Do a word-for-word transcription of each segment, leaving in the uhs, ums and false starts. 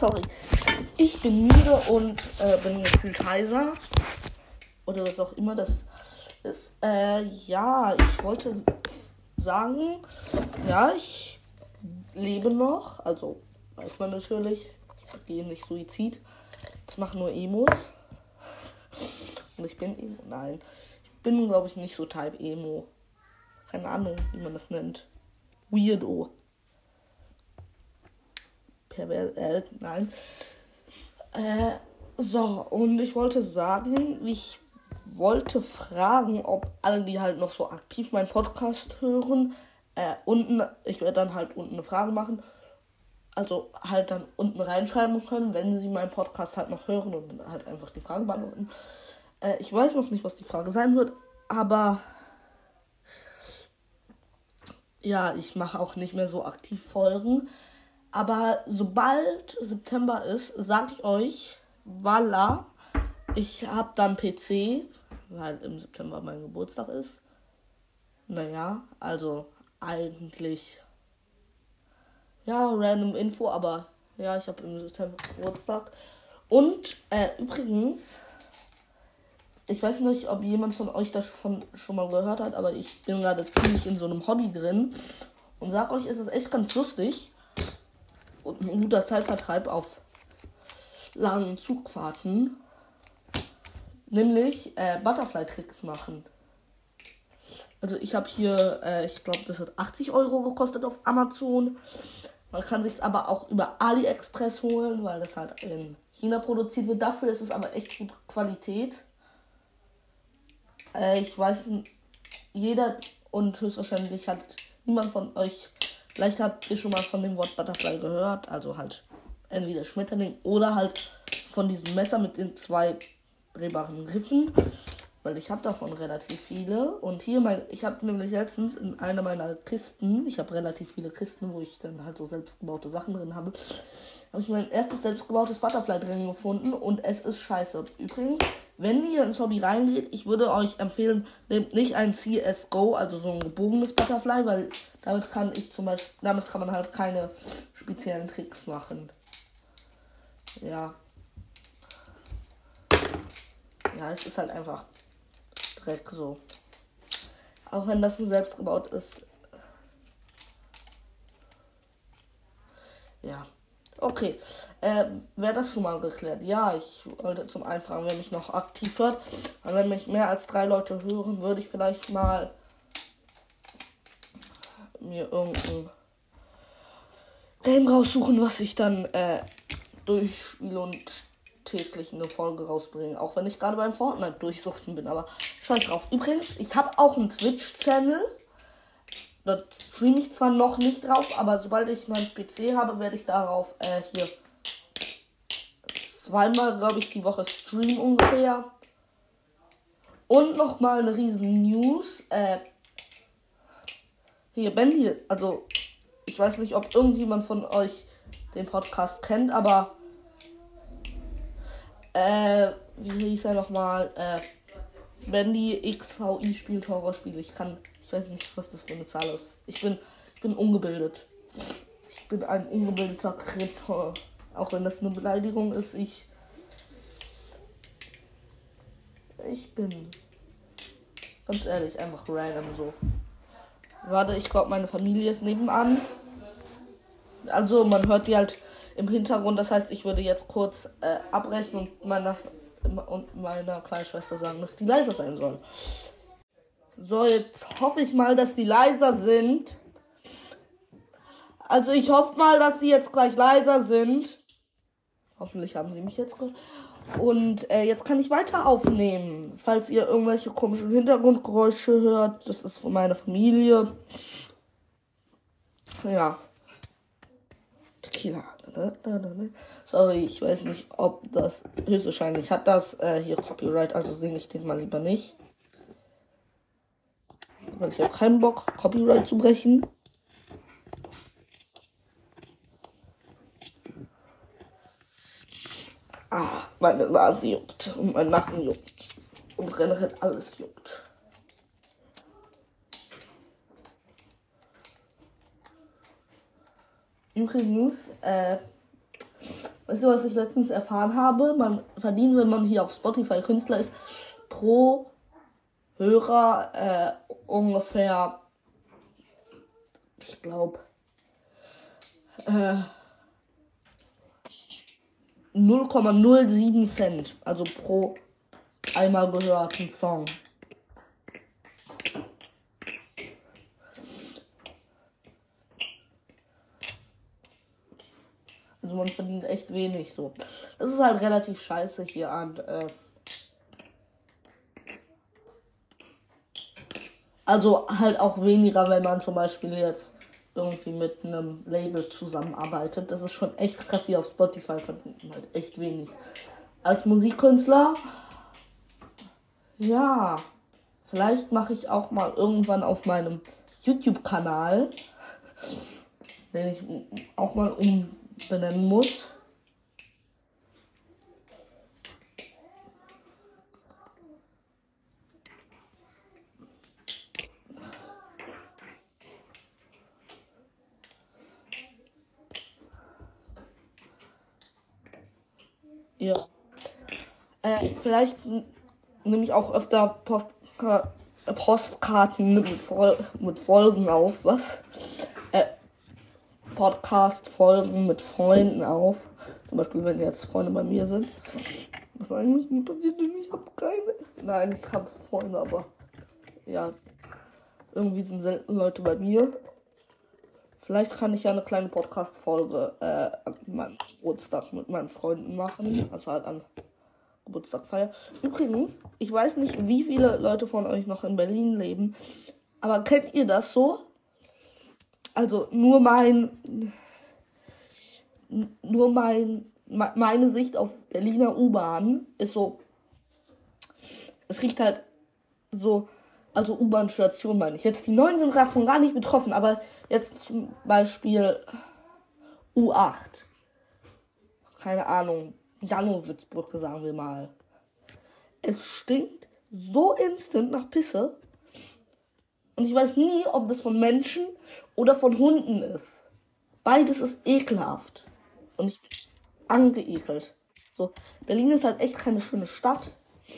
sorry. Ich bin müde und äh, bin gefühlt heiser. Oder was auch immer das ist. Äh, ja, ich wollte sagen, ja, ich lebe noch. Also, weiß man natürlich. Ich begehe nicht Suizid. Ich mache nur Emos. Und ich bin Emo. Nein. Ich bin, glaube ich, nicht so Type Emo. Keine Ahnung, wie man das nennt. Weirdo. Pervers, äh, nein. Äh, so, und ich wollte sagen, ich wollte fragen, ob alle, die halt noch so aktiv meinen Podcast hören, äh, unten, ich werde dann halt unten eine Frage machen, also halt dann unten reinschreiben können, wenn sie meinen Podcast halt noch hören und dann halt einfach die Frage beantworten. Äh, ich weiß noch nicht, was die Frage sein wird, aber ja, ich mache auch nicht mehr so aktiv Folgen. Aber sobald September ist, sage ich euch, voilà, ich habe dann P C, weil im September mein Geburtstag ist. Naja, also eigentlich, ja, random Info, aber ja, ich habe im September Geburtstag. Und äh, übrigens, ich weiß nicht, ob jemand von euch das schon, schon mal gehört hat, aber ich bin gerade ziemlich in so einem Hobby drin und sag euch, es ist echt ganz lustig. Und ein guter Zeitvertreib auf langen Zugfahrten. Nämlich äh, Butterfly-Tricks machen. Also ich habe hier, äh, ich glaube, das hat achtzig Euro gekostet auf Amazon. Man kann sich es aber auch über AliExpress holen, weil das halt in China produziert wird. Dafür ist es aber echt gute Qualität. Äh, ich weiß, jeder und höchstwahrscheinlich hat niemand von euch... Vielleicht habt ihr schon mal von dem Wort Butterfly gehört, also halt entweder Schmetterling oder halt von diesem Messer mit den zwei drehbaren Griffen, weil ich habe davon relativ viele. Und hier, mein, ich habe nämlich letztens in einer meiner Kisten, ich habe relativ viele Kisten, wo ich dann halt so selbstgebaute Sachen drin habe, habe ich mein erstes selbstgebautes Butterfly drin gefunden und es ist scheiße. Übrigens, wenn ihr ins Hobby reingeht, ich würde euch empfehlen, nehmt nicht ein C S G O, also so ein gebogenes Butterfly, weil damit kann ich zum Beispiel, damit kann man halt keine speziellen Tricks machen. Ja. Ja, es ist halt einfach Dreck so. Auch wenn das ein selbstgebaut ist. Ja. Okay, äh, wäre das schon mal geklärt? Ja, ich wollte zum einen fragen, wer mich noch aktiv hört. Und wenn mich mehr als drei Leute hören, würde ich vielleicht mal mir irgendein Game raussuchen, was ich dann äh, durchspiele und täglich eine Folge rausbringe. Auch wenn ich gerade beim Fortnite durchsuchten bin, aber scheiß drauf. Übrigens, ich habe auch einen Twitch-Channel. Da streame ich zwar noch nicht drauf, aber sobald ich meinen P C habe, werde ich darauf äh, hier zweimal, glaube ich, die Woche streamen ungefähr. Und nochmal eine riesen News. Äh, hier, Ben hier, also ich weiß nicht, ob irgendjemand von euch den Podcast kennt, aber äh, wie hieß er nochmal? Äh, Bendy X V I spielt Horrorspiele. Ich kann, ich weiß nicht, was das für eine Zahl ist. Ich bin, ich bin ungebildet. Ich bin ein ungebildeter Kretor. Auch wenn das eine Beleidigung ist, ich, ich bin, ganz ehrlich, einfach random so. Warte, ich glaube, meine Familie ist nebenan. Also, man hört die halt im Hintergrund. Das heißt, ich würde jetzt kurz äh, abbrechen und meiner, und meiner kleinen Schwester sagen, dass die leiser sein soll. So, jetzt hoffe ich mal, dass die leiser sind. Also, ich hoffe mal, dass die jetzt gleich leiser sind. Hoffentlich haben sie mich jetzt gehört. Und äh, jetzt kann ich weiter aufnehmen. Falls ihr irgendwelche komischen Hintergrundgeräusche hört, das ist von meiner Familie. Ja. Tequila. Sorry, ich weiß nicht, ob das, höchstwahrscheinlich hat das äh, hier Copyright, also singe ich den mal lieber nicht. Weil ich habe keinen Bock, Copyright zu brechen. Ah, meine Nase juckt und mein Nacken juckt. Und generell alles juckt. Übrigens, äh, Weißt du, was ich letztens erfahren habe? Man verdient, wenn man hier auf Spotify Künstler ist, pro Hörer äh, ungefähr, ich glaube, äh, null Komma null sieben Cent. Also pro einmal gehörten Song. Also man verdient echt wenig so. Das ist halt relativ scheiße hier an. Äh also halt auch weniger, wenn man zum Beispiel jetzt irgendwie mit einem Label zusammenarbeitet. Das ist schon echt krass, hier auf Spotify verdient man halt echt wenig. Als Musikkünstler, ja, vielleicht mache ich auch mal irgendwann auf meinem YouTube-Kanal, den ich auch mal umbenennen muss. Ja. Äh, vielleicht nehme ich auch öfter Postka- Postkarten mit, Vol- mit Folgen auf, was? Äh, Podcast-Folgen mit Freunden auf. Zum Beispiel, wenn jetzt Freunde bei mir sind. Was eigentlich nie passiert, denn ich habe keine. Nein, ich habe Freunde, aber ja, irgendwie sind selten Leute bei mir. Vielleicht kann ich ja eine kleine Podcast-Folge äh, an meinem Geburtstag mit meinen Freunden machen. Also halt an Geburtstagfeier. Übrigens, ich weiß nicht, wie viele Leute von euch noch in Berlin leben, aber kennt ihr das so? Also nur mein, nur mein, meine Sicht auf Berliner U-Bahn ist so, es riecht halt so, also U-Bahn-Station meine ich. Jetzt die neuen sind davon gar nicht betroffen, aber jetzt zum Beispiel U acht. Keine Ahnung, Janowitzbrücke sagen wir mal. Es stinkt so instant nach Pisse. Und ich weiß nie, ob das von Menschen oder von Hunden ist. Beides ist ekelhaft. Und ich bin angeekelt. So, Berlin ist halt echt keine schöne Stadt.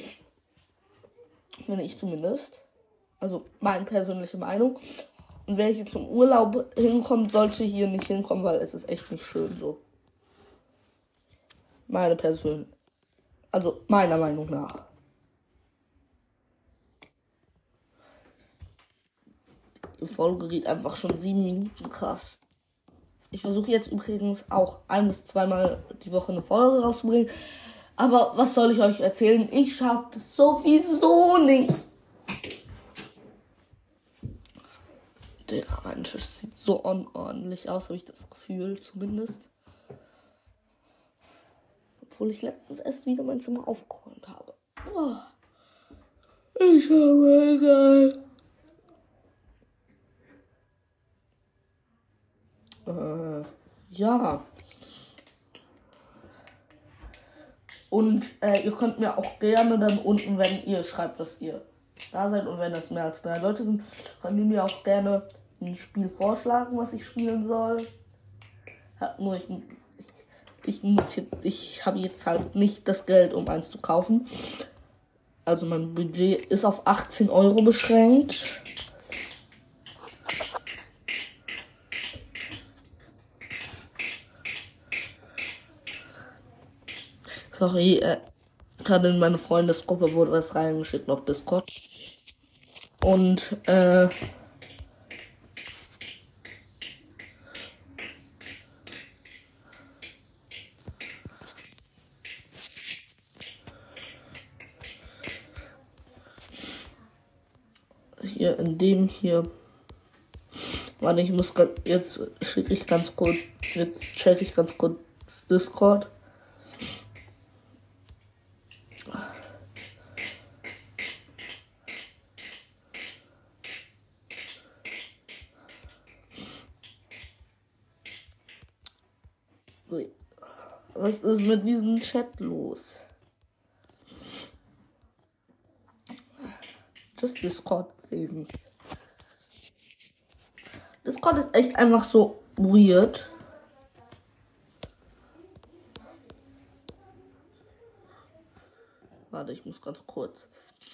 Finde ich zumindest. Also meine persönliche Meinung. Und wer hier zum Urlaub hinkommt, sollte hier nicht hinkommen, weil es ist echt nicht schön so. Meine persönliche. Also meiner Meinung nach. Die Folge geht einfach schon sieben Minuten, krass. Ich versuche jetzt übrigens auch ein- bis zweimal die Woche eine Folge rauszubringen. Aber was soll ich euch erzählen? Ich schaffe das sowieso nicht. Digga, mein Tisch sieht so unordentlich aus, habe ich das Gefühl zumindest. Obwohl ich letztens erst wieder mein Zimmer aufgeräumt habe. Oh. Ich habe egal. Äh, ja. Und äh, ihr könnt mir auch gerne dann unten, wenn ihr schreibt, dass ihr da seid und wenn das mehr als drei Leute sind, könnt ihr mir auch gerne ein Spiel vorschlagen, was ich spielen soll. Ja, nur ich, ich, ich muss jetzt, ich habe jetzt halt nicht das Geld, um eins zu kaufen. Also mein Budget ist auf achtzehn Euro beschränkt. Sorry, äh, gerade in meine Freundesgruppe wurde was reingeschickt auf Discord. Und, äh, hier in dem hier. Warte, ich muss grad, jetzt schicke ich ganz kurz, jetzt check ich ganz kurz Discord. Was ist mit diesem Chat los? Das Discord reden. Discord ist echt einfach so weird. Warte, ich muss ganz kurz.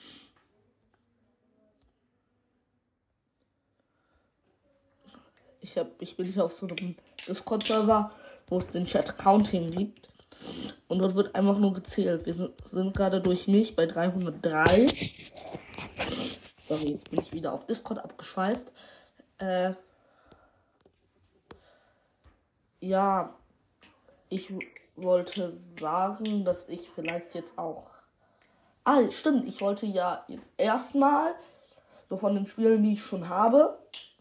Ich, hab, ich bin hier auf so einem Discord-Server, wo es den Chat-Counting gibt. Und dort wird einfach nur gezählt. Wir sind, sind gerade durch mich bei dreihundertdrei. Sorry, jetzt bin ich wieder auf Discord abgeschweift. Äh, ja, ich wollte sagen, dass ich vielleicht jetzt auch... Ah, stimmt, ich wollte ja jetzt erstmal so von den Spielen, die ich schon habe,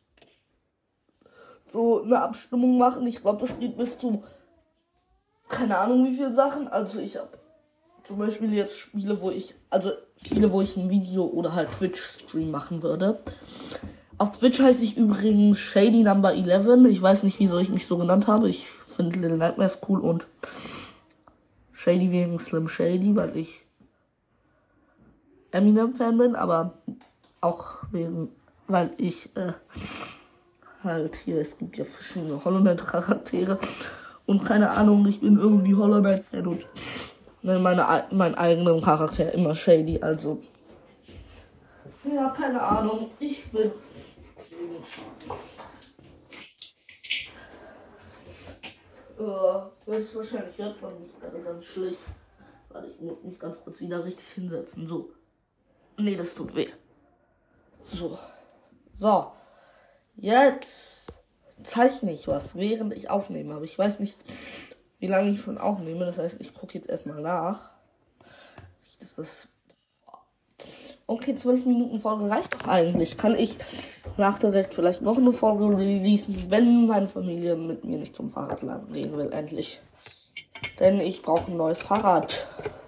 so eine Abstimmung machen. Ich glaube, das geht bis zu keine Ahnung wie viele Sachen. Also ich habe zum Beispiel jetzt Spiele, wo ich, also Spiele, wo ich ein Video oder halt Twitch-Stream machen würde. Auf Twitch heiße ich übrigens Shady Number elf. Ich weiß nicht, wieso ich mich so genannt habe. Ich finde Little Nightmares cool und Shady wegen Slim Shady, weil ich Eminem-Fan bin, aber auch wegen, weil ich äh, halt hier, es gibt ja verschiedene Hollow Knight-Charaktere und keine Ahnung, ich bin irgendwie Hollow Knight-Fan und nenne meine, meinen eigenen Charakter immer Shady, also ja, keine Ahnung, ich bin äh, wahrscheinlich hört man mich gerade ganz schlecht, weil ich muss mich ganz kurz wieder richtig hinsetzen, so. Nee, das tut weh. So. So. Jetzt zeichne ich was, während ich aufnehme. Aber ich weiß nicht, wie lange ich schon aufnehme. Das heißt, ich gucke jetzt erstmal nach. Das ist okay, zwölf Minuten Folge reicht doch eigentlich. Kann ich nach direkt vielleicht noch eine Folge releasen, wenn meine Familie mit mir nicht zum Fahrradladen gehen will, endlich. Denn ich brauche ein neues Fahrrad.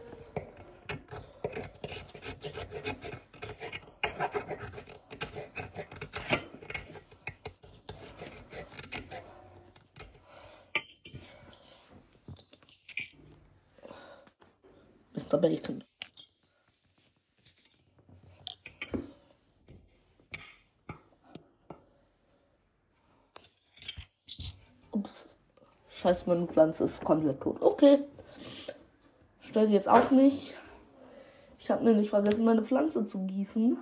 Mister Bacon. Ups. Scheiße, meine Pflanze ist komplett tot. Okay. Stört jetzt auch nicht. Ich habe nämlich vergessen, meine Pflanze zu gießen.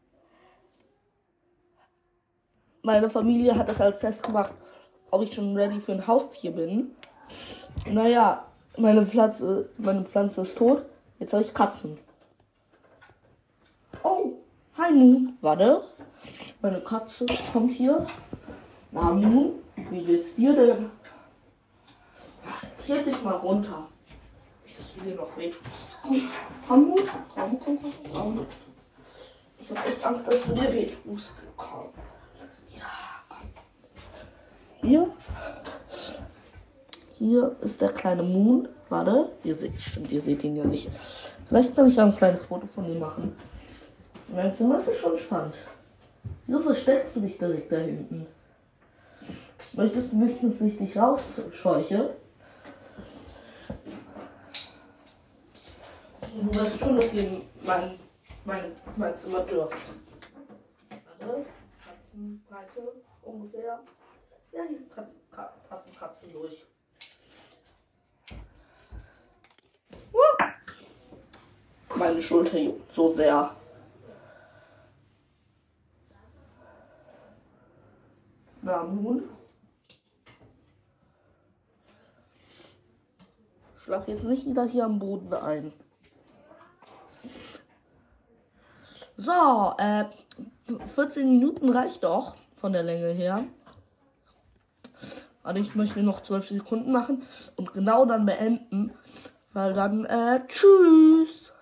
Meine Familie hat das als Test gemacht, ob ich schon ready für ein Haustier bin. Naja, meine Pflanze, meine Pflanze ist tot. Jetzt habe ich Katzen. Oh, hi Moon. Warte. Meine Katze kommt hier. Na Moon, wie geht's dir denn? Ich hätte dich mal runter. Nicht, dass du dir noch weh tust. Komm, komm Moon. Komm, komm, komm, komm. Ich habe echt Angst, dass du dir weh tust. Komm. Ja, komm. Hier. Hier ist der kleine Moon. Warte, ihr seht, stimmt, ihr seht ihn ja nicht. Vielleicht kann ich ja ein kleines Foto von ihm machen. Mein Zimmer ist schon spannend. Wieso versteckst du dich direkt da hinten? Möchtest du nicht, dass ich dich rausscheuche? Du weißt schon, dass ihr mein, mein, mein Zimmer dürft. Warte, Katzenbreite ungefähr. Ja, hier Katzen, passen Katzen durch. Meine Schulter juckt so sehr. Na nun. Schlag jetzt nicht wieder hier am Boden ein. So, äh, vierzehn Minuten reicht doch von der Länge her. Aber ich möchte noch zwölf Sekunden machen und genau dann beenden. Weil dann, äh, tschüss.